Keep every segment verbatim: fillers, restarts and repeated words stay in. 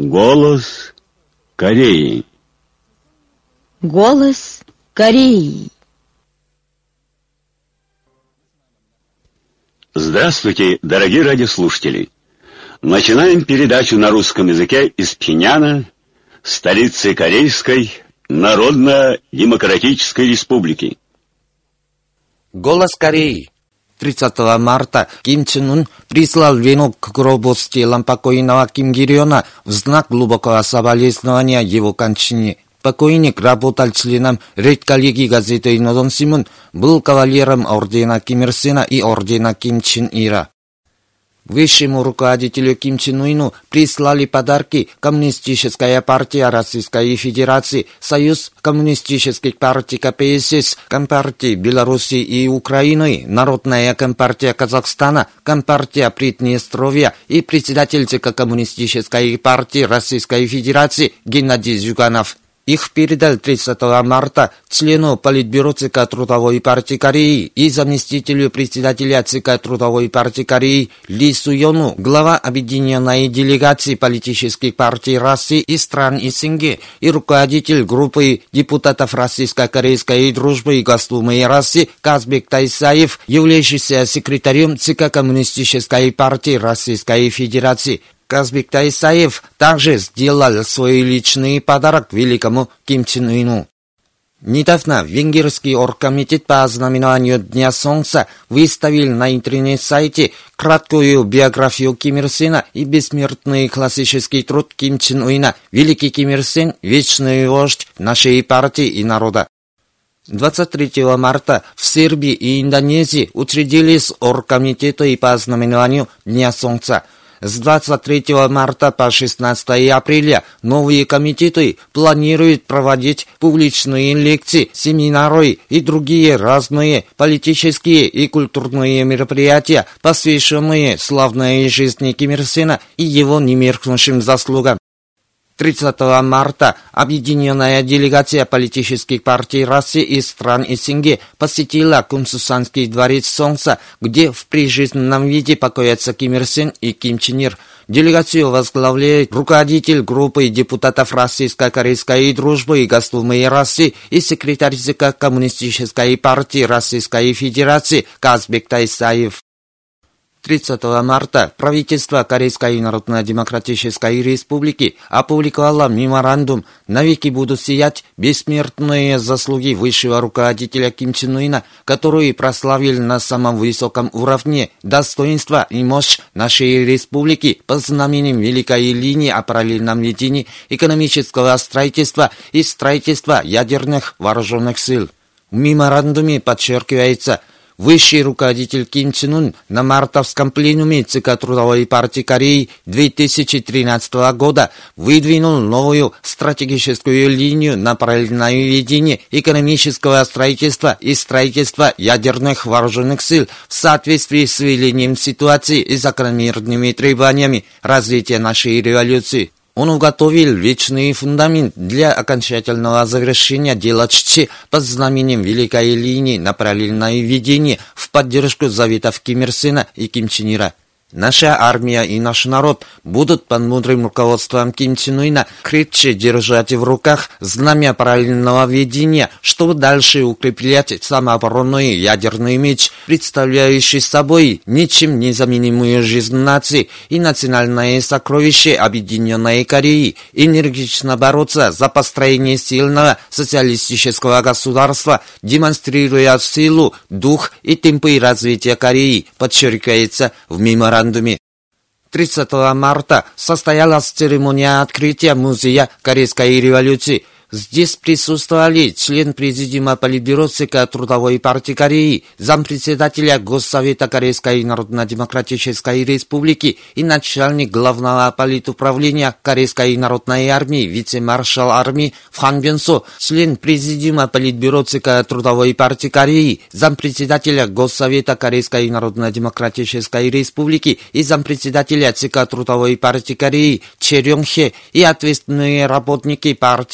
Голос Кореи. Голос Кореи. Здравствуйте, дорогие радиослушатели! Начинаем передачу на русском языке из Пхеньяна, столицы Корейской Народно-Демократической Республики. Голос Кореи. тридцатого марта Ким Чен Ын прислал венок к гробу с телом покойного Ким Ги Рёна в знак глубокого соболезнования его кончине. Покойник работал членом редколлегии газеты «Инодон-Симон», был кавалером ордена Ким Ир Сена и ордена Ким Чен Ира. Высшему руководителю Ким Чен Ыну прислали подарки Коммунистическая партия Российской Федерации, Союз коммунистических партий ка пэ эс эс, Компартии Беларуси и Украины, Народная компартия Казахстана, Компартия Приднестровья и председатель ЦК Коммунистической партии Российской Федерации Геннадий Зюганов. Их передал тридцатого марта члену Политбюро ЦК Трудовой партии Кореи и заместителю председателя ЦК Трудовой партии Кореи Ли Суёну, глава объединенной делегации политических партий России и стран СНГ и руководитель группы депутатов Российско-корейской дружбы и Госдумы России Казбек Тайсаев, являющийся секретарем ЦК Коммунистической партии Российской Федерации. Казбек Тайсаев также сделал свой личный подарок великому Ким Чен Ыну. Недавно Венгерский оргкомитет по ознаменованию Дня Солнца выставил на интернет-сайте краткую биографию Ким Ир Сена и бессмертный классический труд Ким Чен Ына «Великий Ким Ир Сен, вечный вождь нашей партии и народа». двадцать третьего марта в Сербии и Индонезии учредились оргкомитеты по ознаменованию Дня Солнца. С двадцать третьего марта по шестнадцатого апреля новые комитеты планируют проводить публичные лекции, семинары и другие разные политические и культурные мероприятия, посвященные славной жизни Ким Ир Сена и его немеркнущим заслугам. тридцатого марта объединенная делегация политических партий России и стран СНГ посетила Кумсусанский дворец Солнца, где в прижизненном виде покоятся Ким Ир Сен и Ким Чен Ир. Делегацию возглавляет руководитель группы депутатов Российско-корейской дружбы и Госдумы России и секретарь ЦК Коммунистической партии Российской Федерации Казбек Тайсаев. тридцатого марта правительство Корейской Народно-Демократической Республики опубликовало меморандум «Навеки будут сиять бессмертные заслуги высшего руководителя Ким Чен Ына, который прославил на самом высоком уровне достоинства и мощь нашей республики под знаменем Великой линии о параллельном ведении экономического строительства и строительства ядерных вооруженных сил». В меморандуме подчеркивается: высший руководитель Ким Чен Ын на мартовском пленуме ЦК Трудовой партии Кореи две тысячи тринадцатого года выдвинул новую стратегическую линию на параллельное ведение экономического строительства и строительства ядерных вооруженных сил в соответствии с велением ситуации и закономерными требованиями развития нашей революции. Он уготовил вечный фундамент для окончательного завершения дела Чечи под знаменем Великой линии на параллельное ведение в поддержку заветов Ким Ир Сена и Ким Чен Ира. Наша армия и наш народ будут под мудрым руководством Ким Чен Ына крепче держать в руках знамя параллельного ведения, чтобы дальше укреплять самооборонный ядерный меч, представляющий собой ничем незаменимую жизнь нации и национальное сокровище Объединенной Кореи, энергично бороться за построение сильного социалистического государства, демонстрируя силу, дух и темпы развития Кореи, подчеркивается в меморандуме. тридцатого марта состоялась церемония открытия музея Корейской революции. Здесь присутствовали член президиума Политбюро ЦК Трудовой партии Кореи, зампредседателя Госсовета Корейской Народно-Демократической Республики и начальник главного политуправления Корейской народной армии, вице-маршал армии Хан Бён-со, член президиума Политбюро ЦК Трудовой партии Кореи, зампредседателя Госсовета Корейской Народно-Демократической Республики и зампредседателя ЦК Трудовой партии Кореи Че Рёнг-хе и ответственные работники партии, государства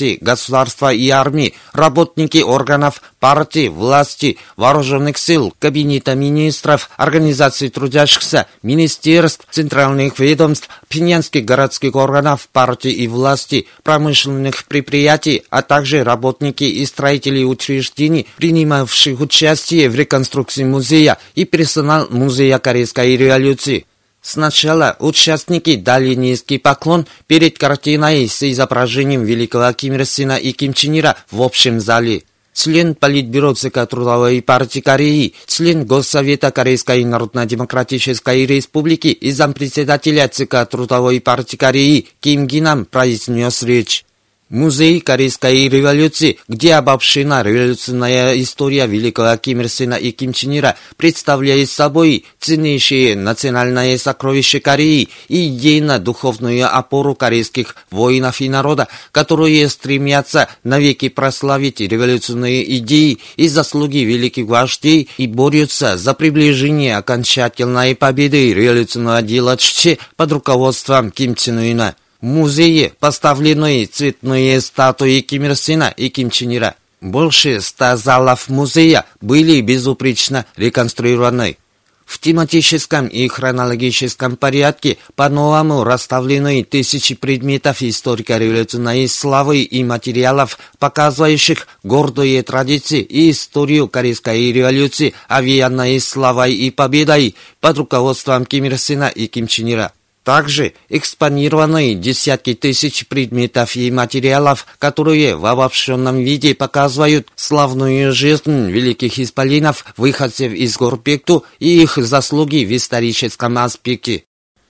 государства и армии, работники органов партии, власти, вооруженных сил, кабинета министров, организаций трудящихся, министерств, центральных ведомств, пхеньянских городских органов партии и власти, промышленных предприятий, а также работники и строители учреждений, принимавших участие в реконструкции музея, и персонал Музея Корейской революции. Сначала участники дали низкий поклон перед картиной с изображением великого Ким Ир Сена и Ким Чен Ира в общем зале. Член Политбюро ЦК Трудовой партии Кореи, член Госсовета Корейской Народно-Демократической Республики и зампредседателя ЦК Трудовой партии Кореи Ким Ги Нам произнес речь. Музей Корейской революции, где обобщена революционная история великого Ким Ир Сена и Ким Чен Ира, представляет собой ценнейшее национальное сокровище Кореи и идейно-духовную опору корейских воинов и народа, которые стремятся навеки прославить революционные идеи и заслуги великих вождей и борются за приближение окончательной победы революционного дела Чучхе под руководством Ким Чен Ына. В музее поставлены цветные статуи Ким Ир Сена и Ким Чен Ира. Больше ста залов музея были безупречно реконструированы. В тематическом и хронологическом порядке по-новому расставлены тысячи предметов историко-революционной славы и материалов, показывающих гордые традиции и историю Корейской революции, овеянной славой и победой под руководством Ким Ир Сена и Ким Чен Ира. Также экспонированы десятки тысяч предметов и материалов, которые в обобщенном виде показывают славную жизнь великих исполинов, выходцев из гор Пекту и их заслуги в историческом аспекте.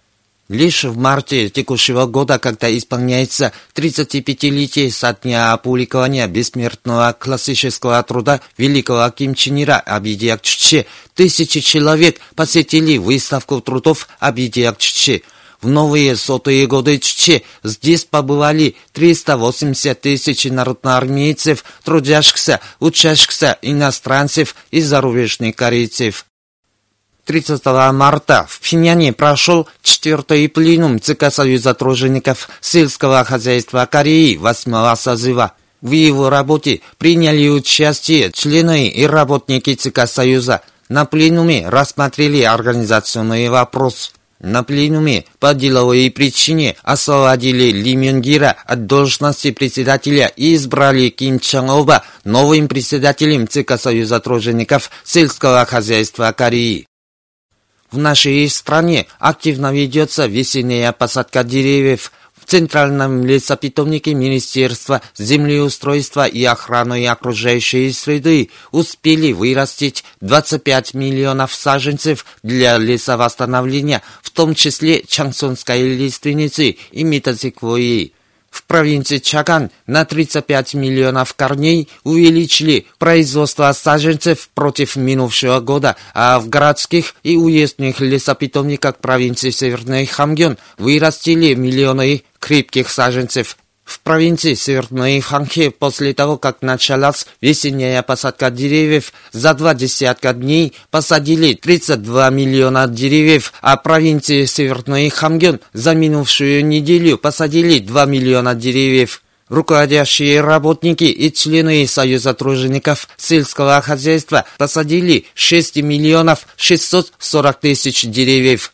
Лишь в марте текущего года, когда исполняется тридцатипятилетие со дня опубликования бессмертного классического труда великого Ким Чен Ира об идеях Чучхе, тысячи человек посетили выставку трудов об идеях Чучхе. В новые сотые годы Чучхе здесь побывали триста восемьдесят тысяч народноармейцев, трудящихся, учащихся, иностранцев и зарубежных корейцев. тридцатого марта в Пхеньяне прошел четвертый пленум ЦК Союза тружеников сельского хозяйства Кореи восьмого созыва. В его работе приняли участие члены и работники ЦК Союза. На пленуме рассмотрели организационный вопрос. На пленуме по деловой причине освободили Ли Мён Гира от должности председателя и избрали Ким Чан Оба новым председателем ЦК Союза тружеников сельского хозяйства Кореи. В нашей стране активно ведется весенняя посадка деревьев. В Центральном лесопитомнике Министерства землеустройства и охраны окружающей среды успели вырастить двадцать пять миллионов саженцев для лесовосстановления, в том числе чансонской лиственницы и метасеквойи. В провинции Чаган на тридцать пять миллионов корней увеличили производство саженцев против минувшего года, а в городских и уездных лесопитомниках провинции Северный Хамгён вырастили миллионы крепких саженцев. В провинции Северной Ханхе после того, как началась весенняя посадка деревьев, за два десятка дней посадили тридцать два миллиона деревьев, а в провинции Северной Хамгён за минувшую неделю посадили два миллиона деревьев. Руководящие работники и члены Союза тружеников сельского хозяйства посадили шесть миллионов шестьсот сорок тысяч деревьев.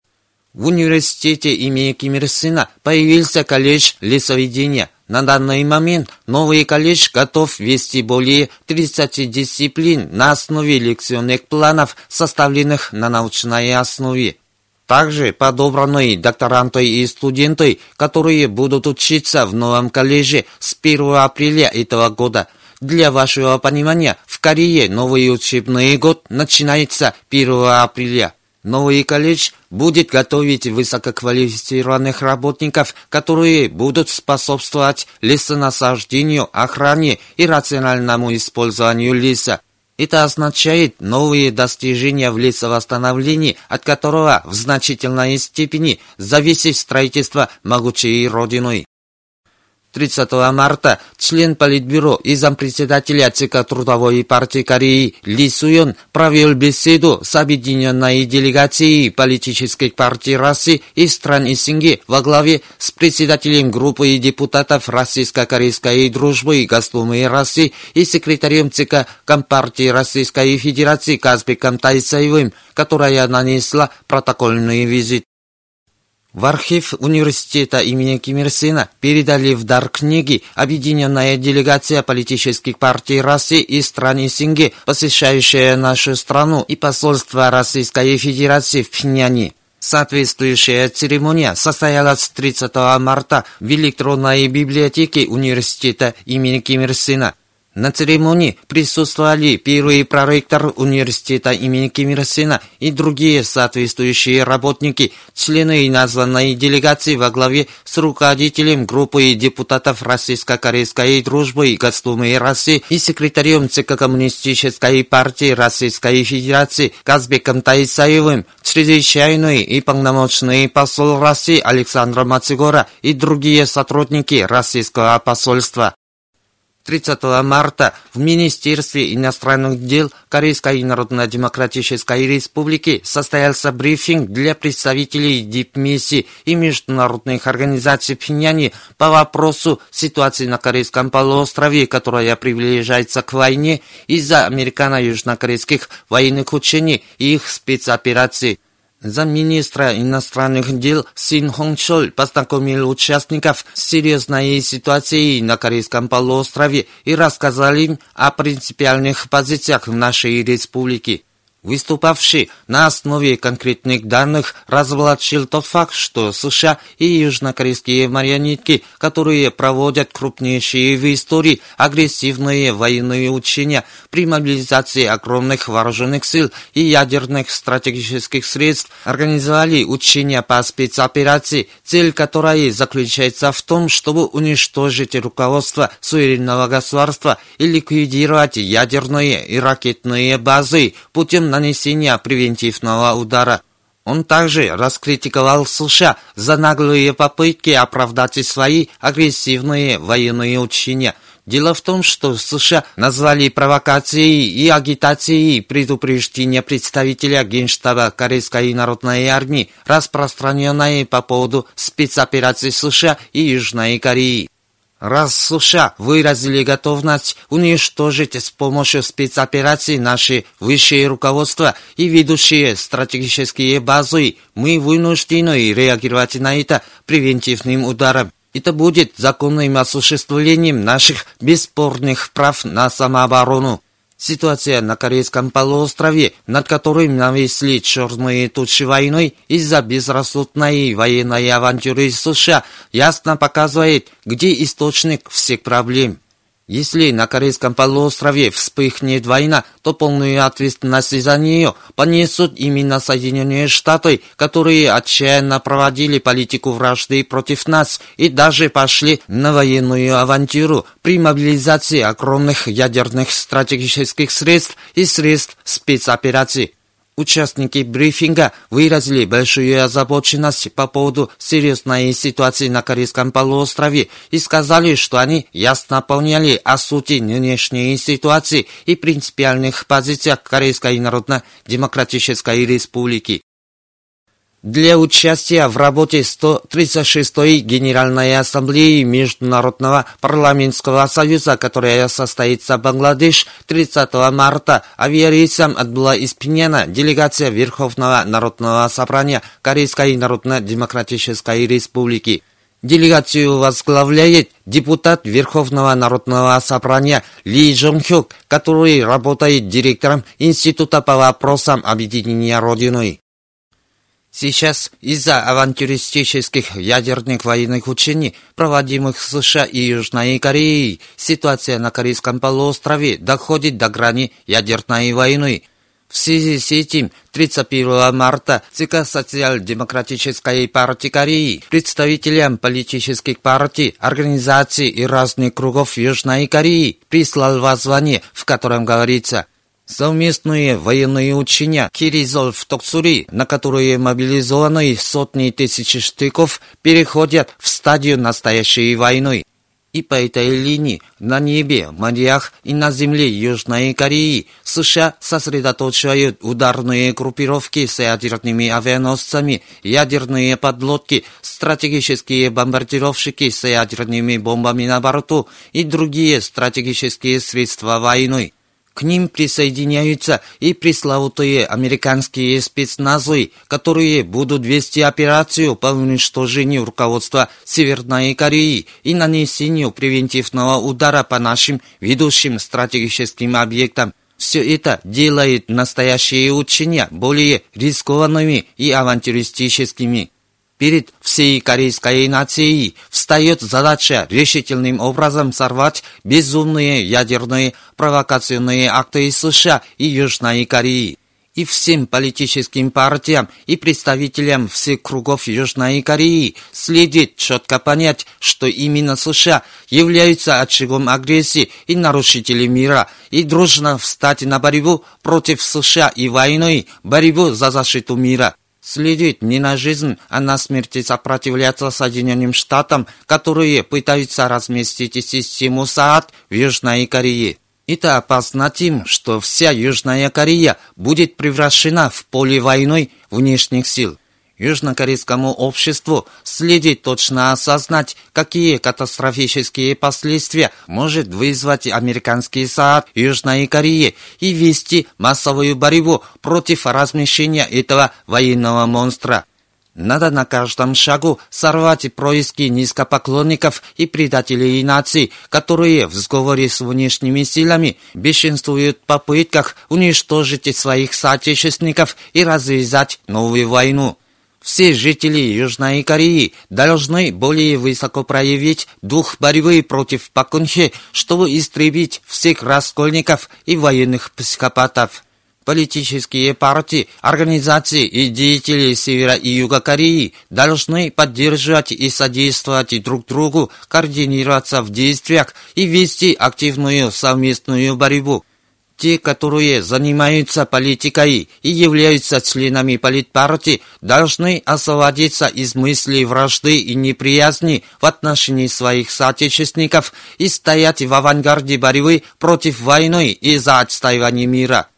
В университете имени Ким Ир Сена появился колледж лесоведения. На данный момент новый колледж готов вести более тридцати дисциплин на основе лекционных планов, составленных на научной основе. Также подобраны докторанты и студенты, которые будут учиться в новом колледже с первого апреля этого года. Для вашего понимания, в Корее новый учебный год начинается первого апреля. Новый колледж будет готовить высококвалифицированных работников, которые будут способствовать лесонасаждению, охране и рациональному использованию леса. Это означает новые достижения в лесовосстановлении, от которого в значительной степени зависит строительство могучей Родины. тридцатого марта член Политбюро и зампредседателя ЦК Трудовой партии Кореи Ли Суён провел беседу с объединенной делегацией политических партий России и стран СНГ во главе с председателем группы депутатов Российско-корейской дружбы и Госдумы России и секретарем ЦК Компартии Российской Федерации Казбеком Тайсаевым, которая нанесла протокольный визит. В архив университета имени Ким Ир Сена передали в дар книги объединенная делегация политических партий России и стран СНГ, посещающая нашу страну, и посольство Российской Федерации в Пхеньяне. Соответствующая церемония состоялась тридцатого марта в электронной библиотеке университета имени Ким Ир Сена. На церемонии присутствовали первый проректор университета имени Ким Ир Сена и другие соответствующие работники, члены названной делегации во главе с руководителем группы депутатов Российско-корейской дружбы и Госдумы России и секретарем ЦК Коммунистической партии Российской Федерации Казбеком Тайсаевым, чрезвычайный и полномочный посол России Александр Мацигора и другие сотрудники российского посольства. тридцатого марта в Министерстве иностранных дел Корейской Народно-Демократической Республики состоялся брифинг для представителей дипмиссий и международных организаций в Пхеньяне по вопросу ситуации на Корейском полуострове, которая приближается к войне из-за американо-южнокорейских военных учений и их спецопераций. Замминистра иностранных дел Син Хонг Чоль познакомил участников с серьезной ситуацией на Корейском полуострове и рассказал им о принципиальных позициях в нашей республике. Выступавший на основе конкретных данных разоблачил тот факт, что США и южнокорейские марионетки, которые проводят крупнейшие в истории агрессивные военные учения при мобилизации огромных вооруженных сил и ядерных стратегических средств, организовали учения по спецоперации, цель которой заключается в том, чтобы уничтожить руководство суверенного государства и ликвидировать ядерные и ракетные базы путем нанесения превентивного удара. Он также раскритиковал США за наглые попытки оправдать свои агрессивные военные учения. Дело в том, что США назвали провокацией и агитацией предупреждение представителя Генштаба Корейской народной армии, распространенной по поводу спецопераций США и Южной Кореи. Раз США выразили готовность уничтожить с помощью спецопераций наши высшее руководство и ведущие стратегические базы, мы вынуждены реагировать на это превентивным ударом. Это будет законным осуществлением наших бесспорных прав на самооборону. Ситуация на Корейском полуострове, над которым нависли черные тучи войной из-за безрассудной военной авантюры США, ясно показывает, где источник всех проблем. Если на Корейском полуострове вспыхнет война, то полную ответственность за нее понесут именно Соединенные Штаты, которые отчаянно проводили политику вражды против нас и даже пошли на военную авантюру при мобилизации огромных ядерных стратегических средств и средств спецопераций. Участники брифинга выразили большую озабоченность по поводу серьезной ситуации на Корейском полуострове и сказали, что они ясно поняли о сути нынешней ситуации и принципиальных позициях Корейской Народно-Демократической Республики. Для участия в работе сто тридцать шестой Генеральной Ассамблеи Международного парламентского союза, которая состоится в Бангладеш тридцатого марта, авиарейсом отбыла из Пхеньяна делегация Верховного Народного Собрания Корейской Народно-Демократической Республики. Делегацию возглавляет депутат Верховного Народного Собрания Ли Жонхёк, который работает директором Института по вопросам объединения Родиной. Сейчас из-за авантюристических ядерных военных учений, проводимых США и Южной Кореей, ситуация на Корейском полуострове доходит до грани ядерной войны. В связи с этим тридцать первого марта ЦК Социал-демократической партии Кореи представителям политических партий, организаций и разных кругов Южной Кореи прислал воззвание, в котором говорится: совместные военные учения Киризол в Токсури, на которые мобилизованы сотни тысяч штыков, переходят в стадию настоящей войны. И по этой линии на небе, морях и на земле Южной Кореи США сосредоточивают ударные группировки с ядерными авианосцами, ядерные подлодки, стратегические бомбардировщики с ядерными бомбами на борту и другие стратегические средства войны. К ним присоединяются и пресловутые американские спецназы, которые будут вести операцию по уничтожению руководства Северной Кореи и нанесению превентивного удара по нашим ведущим стратегическим объектам. Все это делает настоящие учения более рискованными и авантюристическими. Перед всей корейской нацией встает задача решительным образом сорвать безумные ядерные провокационные акты США и Южной Кореи. И всем политическим партиям и представителям всех кругов Южной Кореи следует четко понять, что именно США являются очагом агрессии и нарушителей мира, и дружно встать на борьбу против США и войной, борьбу за защиту мира. Следует не на жизнь, а на смерть сопротивляться Соединенным Штатам, которые пытаются разместить систему СААД в Южной Корее. Это опасно тем, что вся Южная Корея будет превращена в поле войны внешних сил. Южнокорейскому обществу следует точно осознать, какие катастрофические последствия может вызвать американский СААД Южной Кореи и вести массовую борьбу против размещения этого военного монстра. Надо на каждом шагу сорвать происки низкопоклонников и предателей наций, которые в сговоре с внешними силами бесчинствуют в попытках уничтожить своих соотечественников и развязать новую войну. Все жители Южной Кореи должны более высоко проявить дух борьбы против Пак Кын Хе, чтобы истребить всех раскольников и военных психопатов. Политические партии, организации и деятели Севера и Юга Кореи должны поддерживать и содействовать друг другу, координироваться в действиях и вести активную совместную борьбу. Те, которые занимаются политикой и являются членами политпартии, должны освободиться из мыслей вражды и неприязни в отношении своих соотечественников и стоять в авангарде борьбы против войны и за отстаивание мира.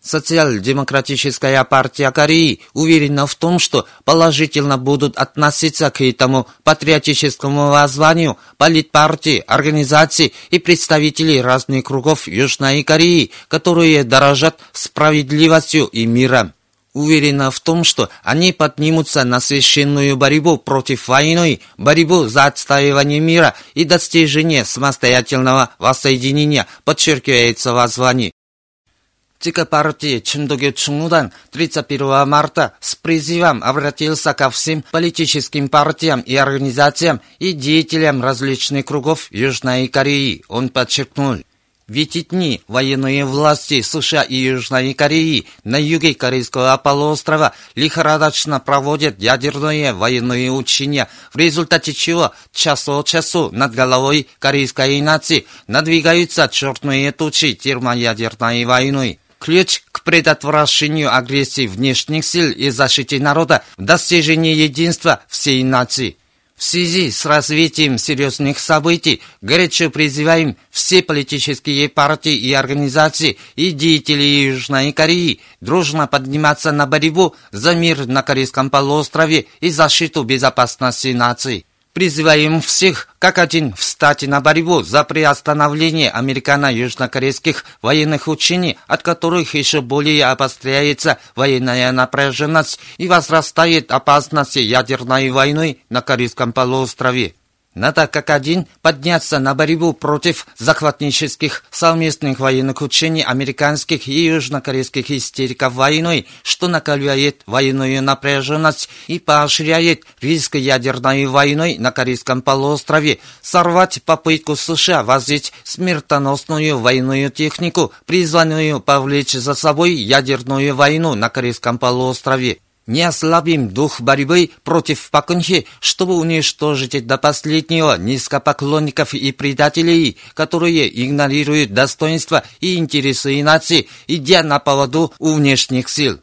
Социал-демократическая партия Кореи уверена в том, что положительно будут относиться к этому патриотическому воззванию политпартии, организаций и представителей разных кругов Южной Кореи, которые дорожат справедливостью и миром. Уверена в том, что они поднимутся на священную борьбу против войны, борьбу за отстаивание мира и достижение самостоятельного воссоединения, подчеркивается в воззвании. ЦК партии Чимдокю Чung무дан тридцать первого марта с призывом обратился ко всем политическим партиям и организациям и деятелям различных кругов Южной Кореи. Он подчеркнул, в эти дни военные власти США и Южной Кореи на юге Корейского полуострова лихорадочно проводят ядерные военные учения, в результате чего час от часу над головой корейской нации надвигаются черные тучи термоядерной войны. Ключ к предотвращению агрессии внешних сил и защите народа в достижении единства всей нации. В связи с развитием серьезных событий горячо призываем все политические партии и организации и деятели Южной Кореи дружно подниматься на борьбу за мир на Корейском полуострове и защиту безопасности нации. Призываем всех, как один, встать на борьбу за приостановление американо-южнокорейских военных учений, от которых еще более обостряется военная напряженность и возрастает опасность ядерной войны на Корейском полуострове. Надо как один подняться на борьбу против захватнических совместных военных учений американских и южнокорейских истериков войной, что накаляет военную напряженность и поощряет риск ядерной войны на Корейском полуострове, сорвать попытку США возить смертоносную военную технику, призванную повлечь за собой ядерную войну на Корейском полуострове. Не ослабим дух борьбы против Пак Кын Хе, чтобы уничтожить до последнего низкопоклонников и предателей, которые игнорируют достоинства и интересы нации, идя на поводу у внешних сил.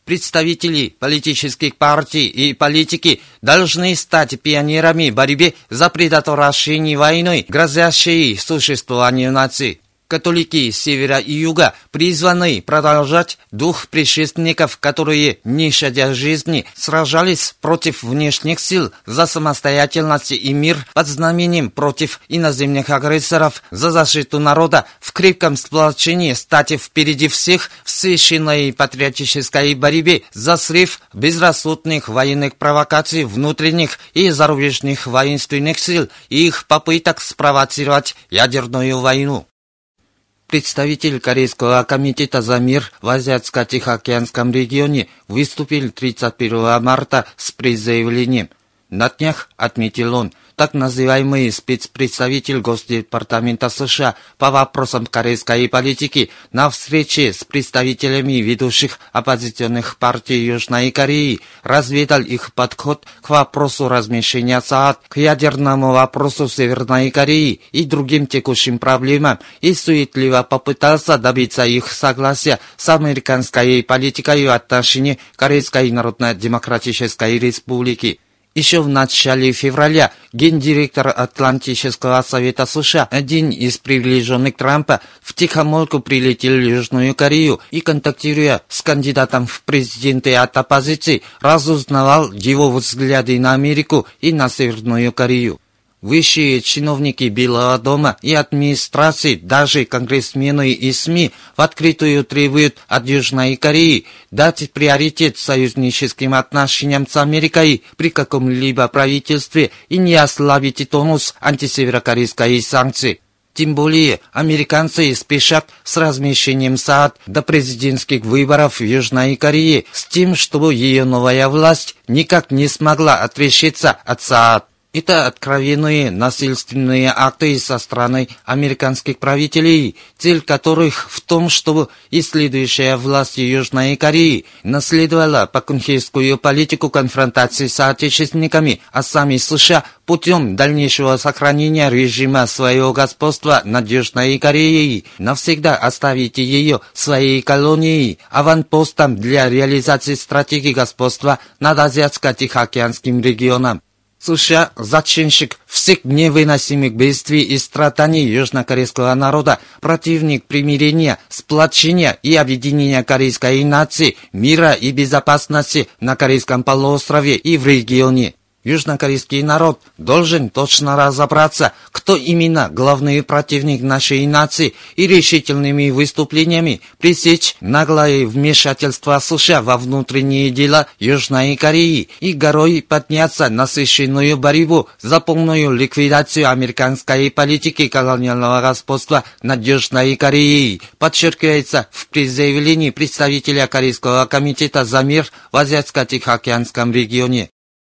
Представители политических партий и политики должны стать пионерами борьбы за предотвращение войны, грозящей существованию наций. Католики севера и юга призваны продолжать дух предшественников, которые, не щадя жизни, сражались против внешних сил за самостоятельность и мир под знаменем против иноземных агрессоров, за защиту народа, в крепком сплочении стать впереди всех в священной патриотической борьбе за срыв безрассудных военных провокаций внутренних и зарубежных воинственных сил и их попыток спровоцировать ядерную войну. Представитель Корейского комитета за мир в Азиатско-Тихоокеанском регионе выступил тридцать первого марта с пресс-заявлением. На днях, отметил он, так называемый спецпредставитель Госдепартамента США по вопросам корейской политики на встрече с представителями ведущих оппозиционных партий Южной Кореи разведал их подход к вопросу размещения СААД, к ядерному вопросу Северной Кореи и другим текущим проблемам и суетливо попытался добиться их согласия с американской политикой в отношении Корейской Народно-Демократической Республики. Еще в начале февраля гендиректор Атлантического совета США, один из приближенных Трампа, втихомолку прилетел в Южную Корею и, контактируя с кандидатом в президенты от оппозиции, разузнавал его взгляды на Америку и на Северную Корею. Высшие чиновники Белого дома и администрации, даже конгрессмены и СМИ в открытую требуют от Южной Кореи дать приоритет союзническим отношениям с Америкой при каком-либо правительстве и не ослабить тонус антисеверокорейской санкций. Тем более, американцы спешат с размещением СААД до президентских выборов в Южной Корее с тем, чтобы ее новая власть никак не смогла отрешиться от СААД. Это откровенные насильственные акты со стороны американских правителей, цель которых в том, чтобы и следующая власть Южной Кореи наследовала пакунхейскую политику конфронтации с соотечественниками, а сами США путем дальнейшего сохранения режима своего господства над Южной Кореей навсегда оставить ее своей колонией, аванпостом для реализации стратегии господства над Азиатско-Тихоокеанским регионом. США – зачинщик всех невыносимых бедствий и страданий южнокорейского народа, противник примирения, сплочения и объединения корейской нации, мира и безопасности на Корейском полуострове и в регионе. Южнокорейский народ должен точно разобраться, кто именно главный противник нашей нации, и решительными выступлениями пресечь наглое вмешательство США во внутренние дела Южной Кореи и горой подняться на священную борьбу за полную ликвидацию американской политики колониального господства над Южной Кореей, подчеркивается в пресс-заявлении представителя Корейского комитета за мир в Азиатско-Тихоокеанском регионе.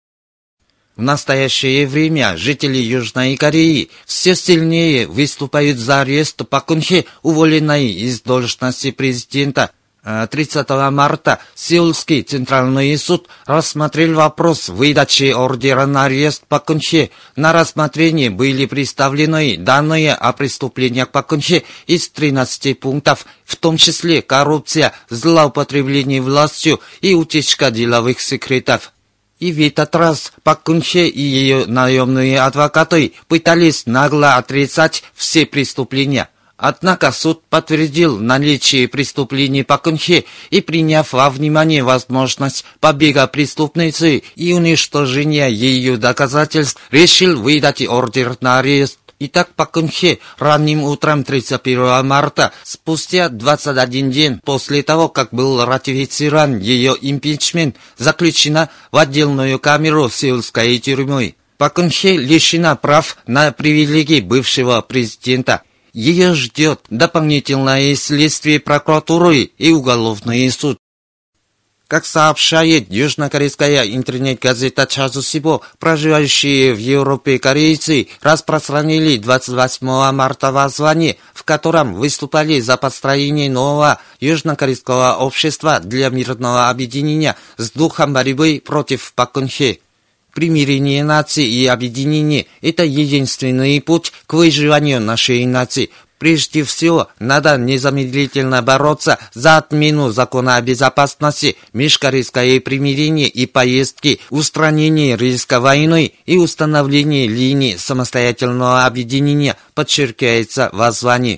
В настоящее время жители Южной Кореи все сильнее выступают за арест Пак Кын Хе, уволенной из должности президента. тридцатого марта Сеульский Центральный суд рассмотрел вопрос выдачи ордера на арест Пак Кын Хе. На рассмотрение были представлены данные о преступлениях Пак Кын Хе из тринадцати пунктов, в том числе коррупция, злоупотребление властью и утечка деловых секретов. И в этот раз Пак Кын Хе и ее наемные адвокаты пытались нагло отрицать все преступления. Однако суд подтвердил наличие преступлений Пак Кын Хе и, приняв во внимание возможность побега преступницы и уничтожения ее доказательств, решил выдать ордер на арест. Итак, Пак Кын Хе ранним утром тридцать первого марта, спустя двадцать один день после того, как был ратифицирован ее импичмент, заключена в отдельную камеру сеульской тюрьмы. Пак Кын Хе лишена прав на привилегии бывшего президента. Ее ждет дополнительное следствие прокуратуры и уголовный суд. Как сообщает южнокорейская интернет-газета Часусибо, проживающие в Европе корейцы распространили двадцать восьмого марта воззвание, в котором выступали за построение нового южнокорейского общества для мирного объединения с духом борьбы против Пак Кын Хе. Примирение наций и объединение – это единственный путь к выживанию нашей нации. Прежде всего, надо незамедлительно бороться за отмену закона о безопасности, межкорейское примирение и поездки, устранение риска войны и установление линии самостоятельного объединения, подчеркивается в воззвании.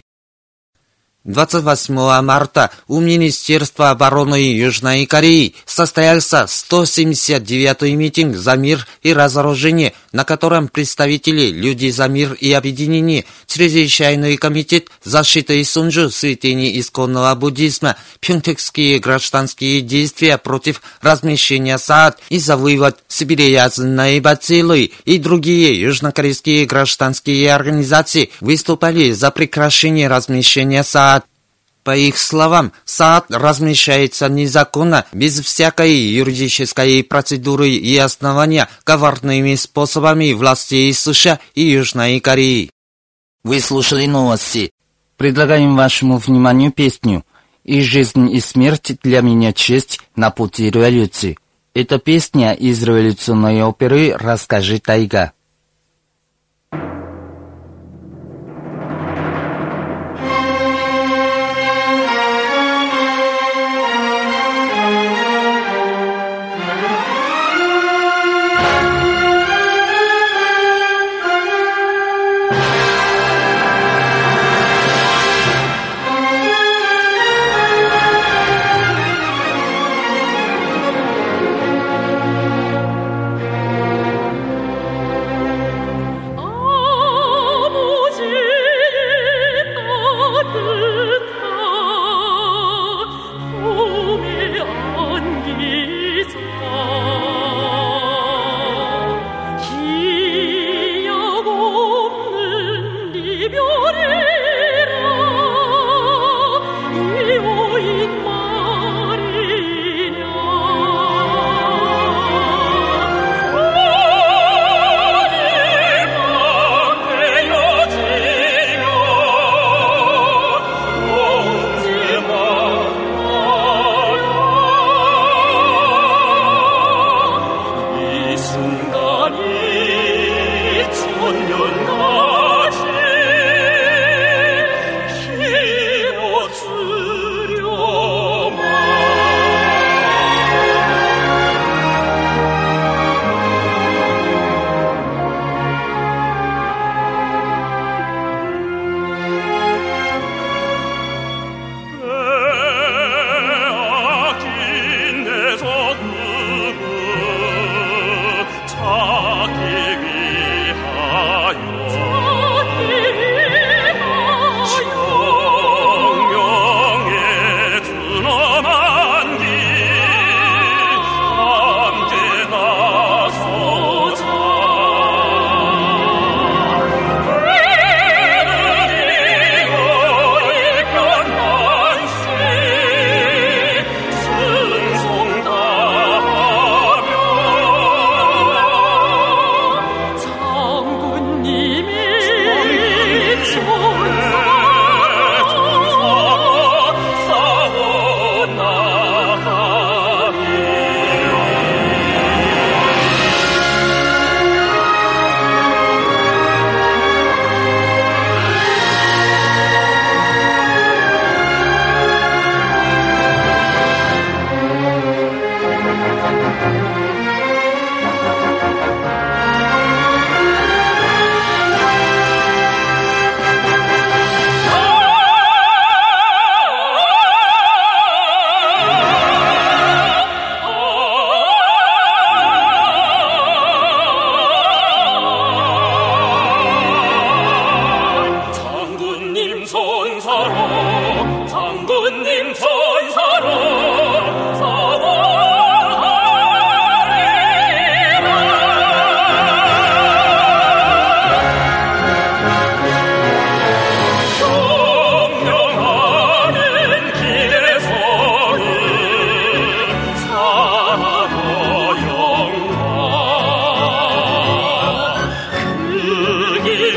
двадцать восьмого марта у Министерства обороны Южной Кореи состоялся сто семьдесят девятый митинг за мир и разоружение, на котором представители Люди за мир и объединение, Чрезвычайный комитет защиты Сунжу святыни исконного буддизма, пхёнгтекские гражданские действия против размещения саад и за вывод сибиреязной бациллы и другие южнокорейские гражданские организации выступали за прекращение размещения саад. По их словам, саад размещается незаконно, без всякой юридической процедуры и основания, коварными способами властей США и Южной Кореи. Вы слушали новости. Предлагаем вашему вниманию песню «И жизнь, и смерть для меня честь на пути революции». Это песня из революционной оперы «Расскажи, тайга».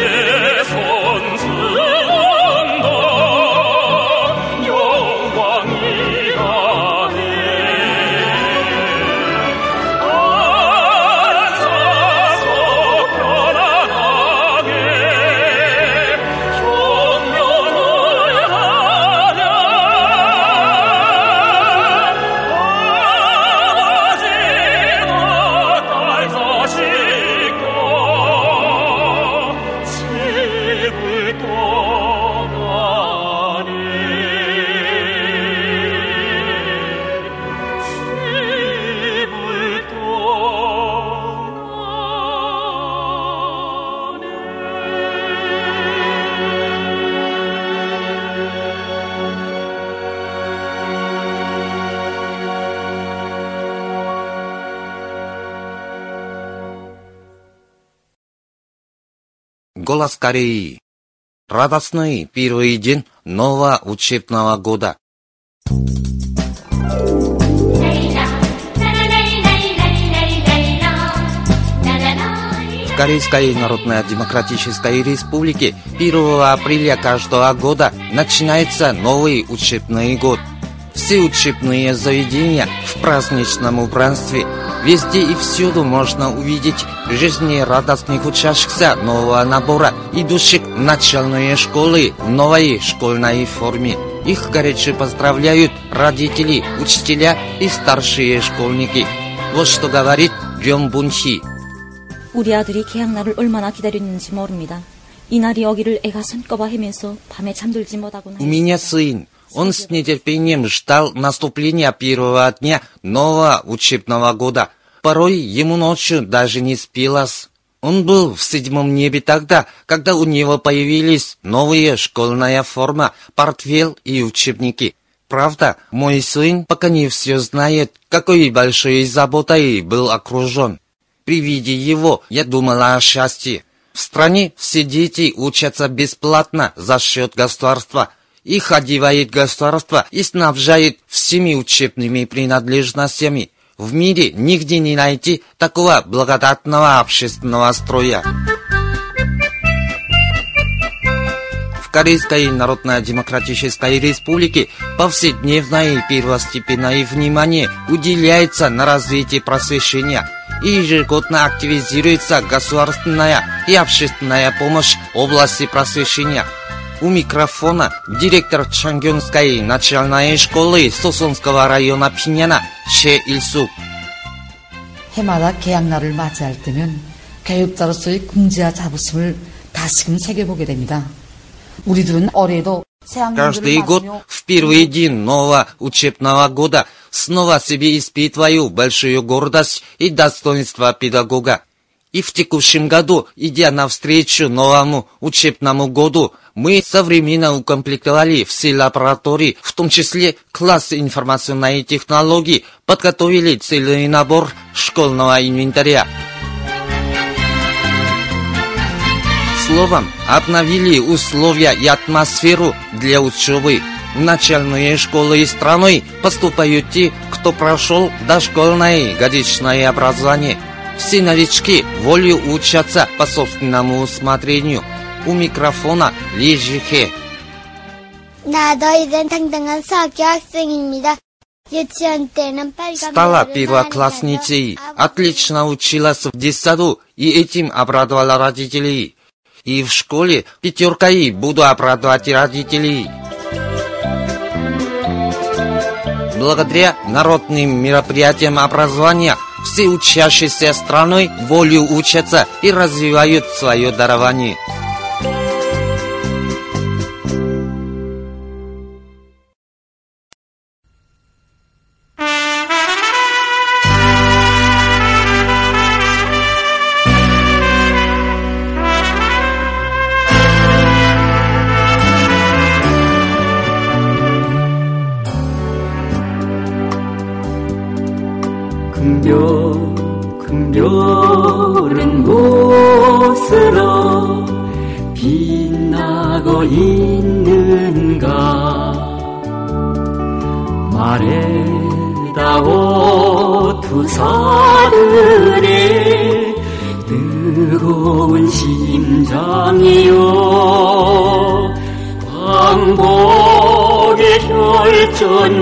영광 Голос Кореи. Радостный первый день нового учебного года. В Корейской Народно-Демократической Республике первого апреля каждого года начинается новый учебный год. Все учебные заведения в праздничном убранстве, везде и всюду можно увидеть жизнерадостных учащихся нового набора, идущих в начальные школы в новой школьной форме. Их горячо поздравляют родители, учителя и старшие школьники. Вот что говорит Рём Бун-Хи. 우리 아들이 개학날을 얼마나 기다렸는지 모릅니다. 이 날이 오기를 애가 손꼽아 헤매서 밤에 잠들지 못하고는. У меня сын. Он с нетерпением ждал наступления первого дня нового учебного года. Порой ему ночью даже не спилось. Он был в седьмом небе тогда, когда у него появились новые школьная форма, портфель и учебники. Правда, мой сын пока не все знает, какой большой заботой был окружен. При виде его я думала о счастье. В стране все дети учатся бесплатно за счет государства. Их одевает государство и снабжает всеми учебными принадлежностями. В мире нигде не найти такого благодатного общественного строя. В Корейской Народно-Демократической Республике повседневное и первостепенное внимание уделяется на развитие просвещения. И ежегодно активизируется государственная и общественная помощь в области просвещения. У микрофона директор Чангёнской начальной школы Сосонского района Пиняна Че Ильсук. 해마다 개학날을 맞이할 때면 교육자로서의 긍지와 자부심을 다시금 새겨보게 됩니다. 우리들은 올해도 Каждый год в первый день нового учебного года снова себе испытываю большую гордость и достоинство педагога. И в текущем году, идя навстречу новому учебному году, мы современно укомплектовали все лаборатории, в том числе класс информационной технологии, подготовили целый набор школьного инвентаря. Словом, обновили условия и атмосферу для учебы. В начальные школы страны поступают те, кто прошел дошкольное годичное образование. Все новички волю учатся по собственному усмотрению. У микрофона Ли Жихе. 나도 이젠 당당한 사학교 학생입니다. 유치원 때는 빨간 Стала первоклассницей, отлично училась в детсаду и этим обрадовала родителей. И в школе пятеркой буду обрадовать родителей. Благодаря народным мероприятиям образования все учащиеся страны волю учатся и развивают свое дарование. 금별 금별은 무엇으로 빛나고 있는가 말해다오 투사들의 뜨거운 심장이요 광복의 혈전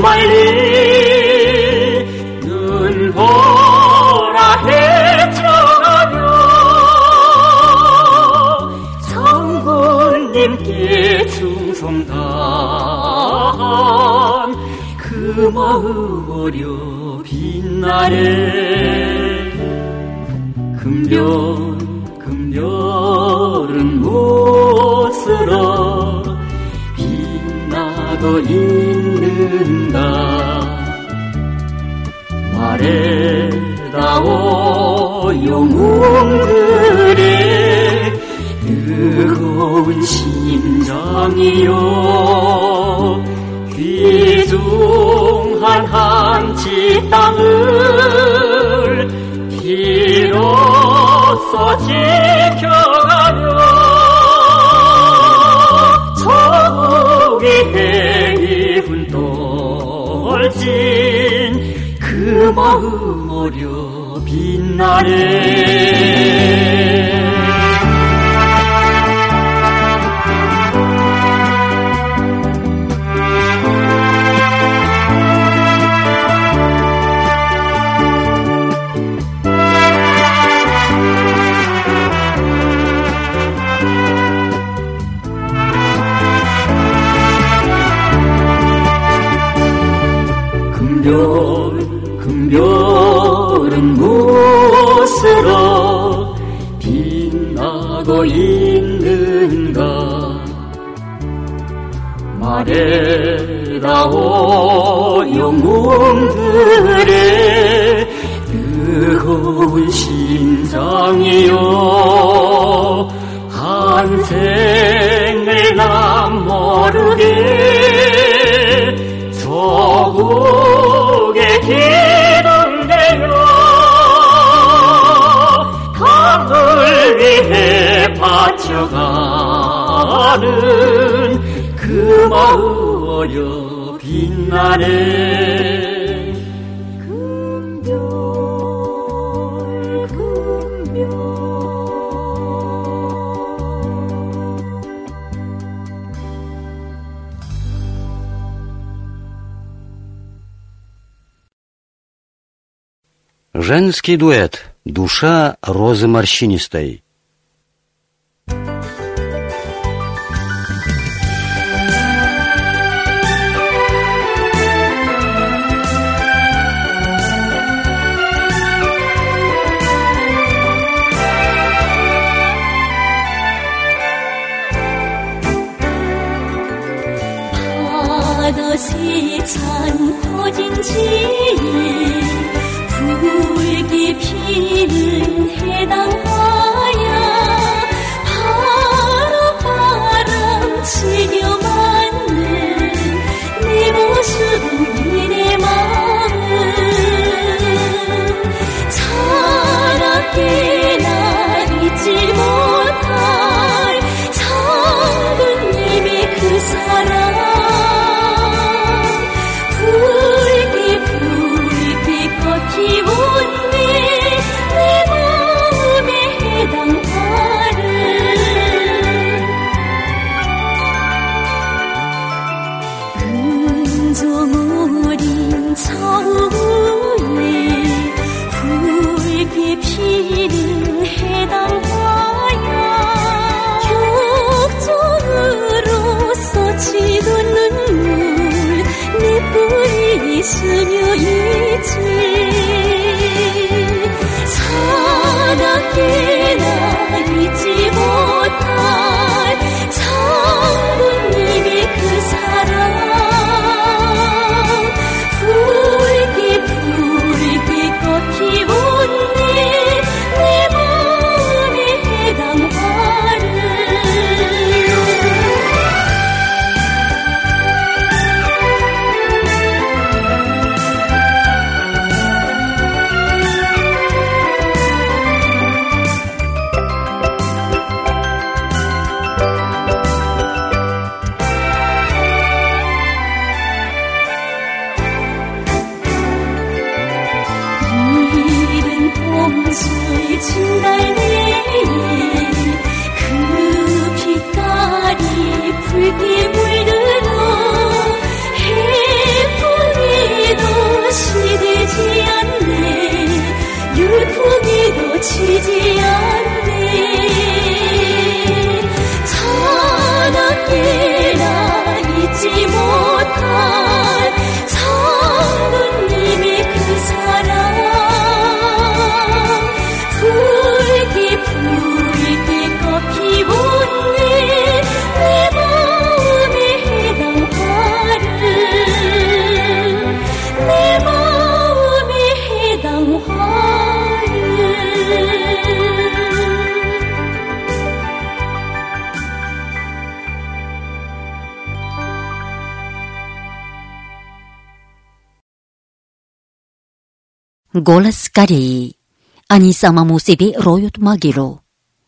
말리는 보라 해쳐가며 장군님께 충성다한 그 마음 어려 빛나네 금별 금별은 무엇으로 빛나고 있는가 말해다오 영웅들의 뜨거운 심장이요 귀중한 한치 땅을 비로소 지켜가며 위에 기분 떨진 그 마음 어려 빛나네. 금별, 금별은 무엇으로 빛나고 있는가. 말해다오 영웅들의 뜨거운 심장이여. 한생을 남 모르게 조국의 기둥되어 당을 위해 바쳐가는 그 마음 어려 빛나네. 금별 금별 Женский дуэт «Душа розы морщинистой». 파도 세찬 퍼진 지에 붉게 피는 해당하여 바로 바람 치며 맞는 내 모습은 내 마음은 차갑게나 잊지 못할 장군님의 그 사랑. 스며 있지. 사납게나 잊지 못할 장군님의 그 사랑. 붉게 붉게 꽃피운 내, 내 마음에 해당하는 봄술 진달래에 그 빛깔이 붉게 물들어 해풍에도 시들지 않네. 열풍에도 지지 않네. 차갑게나 잊지 못할 장군님의 그 사랑. 붉게 붉게 꽃피운 내, 내 마음에 해당하는 내 마음에 해당하는 Голос Кореи. Они сама мусиби роют могилу.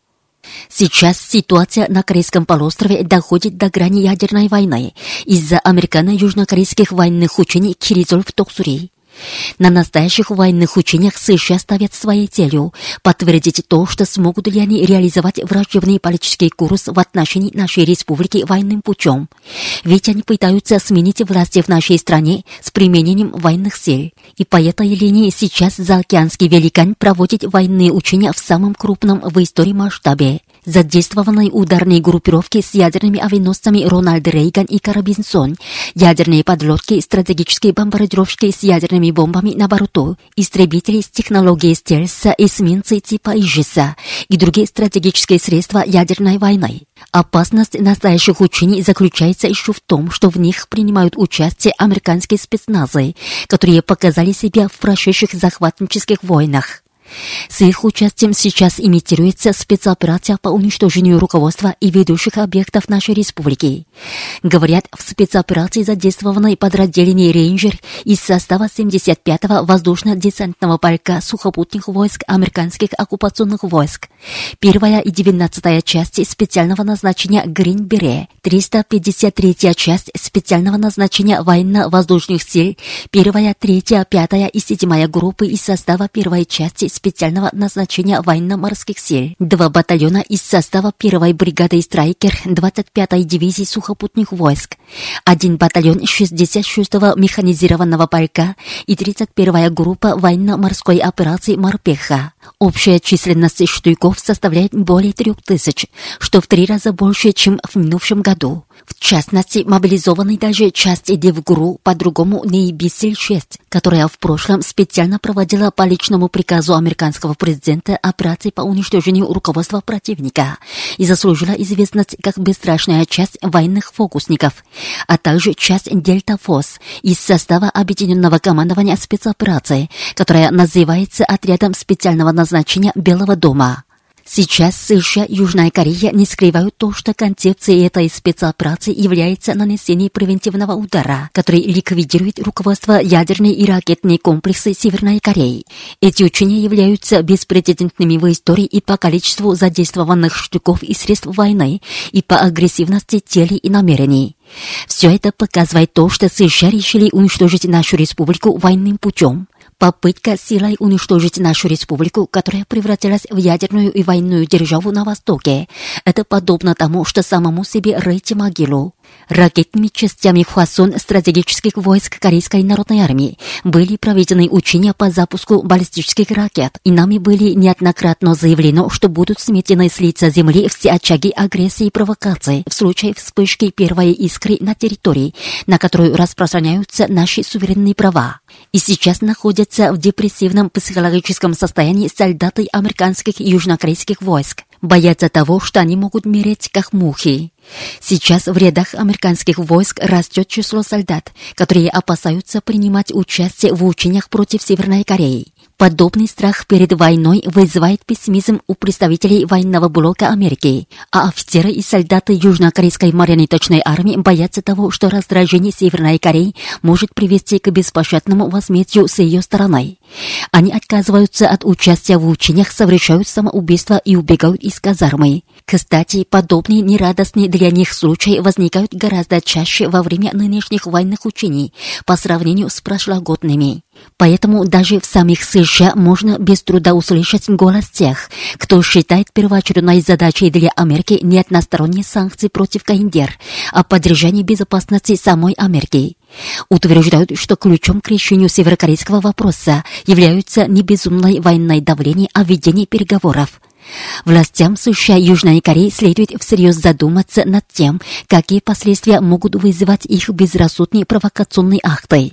Сейчас ситуация на Корейском полуострове доходит до грани ядерной войны из-за американо-южнокорейских военных учений Киризол в Токсури. На настоящих военных учениях США ставят своей целью подтвердить то, что смогут ли они реализовать враждебный политический курс в отношении нашей республики военным путем. Ведь они пытаются сменить власти в нашей стране с применением военных сил. И по этой линии сейчас заокеанский великан проводит военные учения в самом крупном в истории масштабе. Задействованной ударной группировки с ядерными авианосцами Рональд Рейган и Карабинсон, ядерные подлодки, стратегические бомбардировщики с ядерными бомбами на борту, истребители с технологией стелса, эсминцы типа Ижиса и другие стратегические средства ядерной войны. Опасность настоящих учений заключается еще в том, что в них принимают участие американские спецназы, которые показали себя в прошедших захватнических войнах. С их участием сейчас имитируется спецоперация по уничтожению руководства и ведущих объектов нашей республики. Говорят, в спецоперации задействованы подразделения «Рейнджер» из состава семьдесят пятого воздушно-десантного полка сухопутных войск американских оккупационных войск, первая и девятнадцатая части специального назначения «Грин-Бере», триста пятьдесят третья часть специального назначения военно-воздушных сил, первая, третья, пятая и седьмая группы из состава первой части специального назначения военно-морских сил, два батальона из состава первой бригады «Страйкер» двадцать пятой дивизии сухопутных войск, один батальон шестьдесят шестого механизированного полка и тридцать первая группа военно-морской операции «Морпеха». Общая численность штыков составляет более трех тысяч, что в три раза больше, чем в минувшем году. В частности, мобилизованы даже часть Девгуру, по-другому Нейбисиль-шесть, которая в прошлом специально проводила по личному приказу американского президента операции по уничтожению руководства противника и заслужила известность как бесстрашная часть военных фокусников, а также часть Дельта-Фос из состава объединенного командования спецоперации, которая называется отрядом специального назначения Белого дома. Сейчас США и Южная Корея не скрывают то, что концепцией этой спецоперации является нанесение превентивного удара, который ликвидирует руководство ядерной и ракетной комплексы Северной Кореи. Эти учения являются беспрецедентными в истории и по количеству задействованных штыков и средств войны, и по агрессивности целей и намерений. Все это показывает то, что США решили уничтожить нашу республику военным путем. Попытка силой уничтожить нашу республику, которая превратилась в ядерную и военную державу на Востоке, это подобно тому, что самому себе рыть могилу. Ракетными частями в фасон стратегических войск Корейской народной армии были проведены учения по запуску баллистических ракет, и нами были неоднократно заявлено, что будут сметены с лица земли все очаги агрессии и провокации в случае вспышки первой искры на территории, на которую распространяются наши суверенные права. И сейчас находятся в депрессивном психологическом состоянии солдаты американских и южнокорейских войск. Боятся того, что они могут мереть как мухи. Сейчас в рядах американских войск растет число солдат, которые опасаются принимать участие в учениях против Северной Кореи. Подобный страх перед войной вызывает пессимизм у представителей военного блока Америки, а офицеры и солдаты южнокорейской марионеточной армии боятся того, что раздражение Северной Кореи может привести к беспощадному возмездию с ее стороны. Они отказываются от участия в учениях, совершают самоубийство и убегают из казармы. Кстати, подобные нерадостные для них случаи возникают гораздо чаще во время нынешних военных учений по сравнению с прошлогодними. Поэтому даже в самих США можно без труда услышать голос тех, кто считает первоочередной задачей для Америки не односторонние санкции против КНДР, а поддержание безопасности самой Америки. Утверждают, что ключом к решению северокорейского вопроса являются не безумное военное давление, а ведение переговоров. Властям США и Южной Кореи следует всерьез задуматься над тем, какие последствия могут вызывать их безрассудные провокационные акты.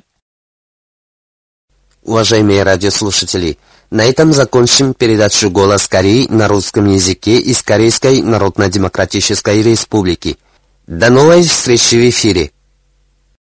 Уважаемые радиослушатели, на этом закончим передачу «Голос Кореи» на русском языке из Корейской Народно-Демократической Республики. До новой встречи в эфире.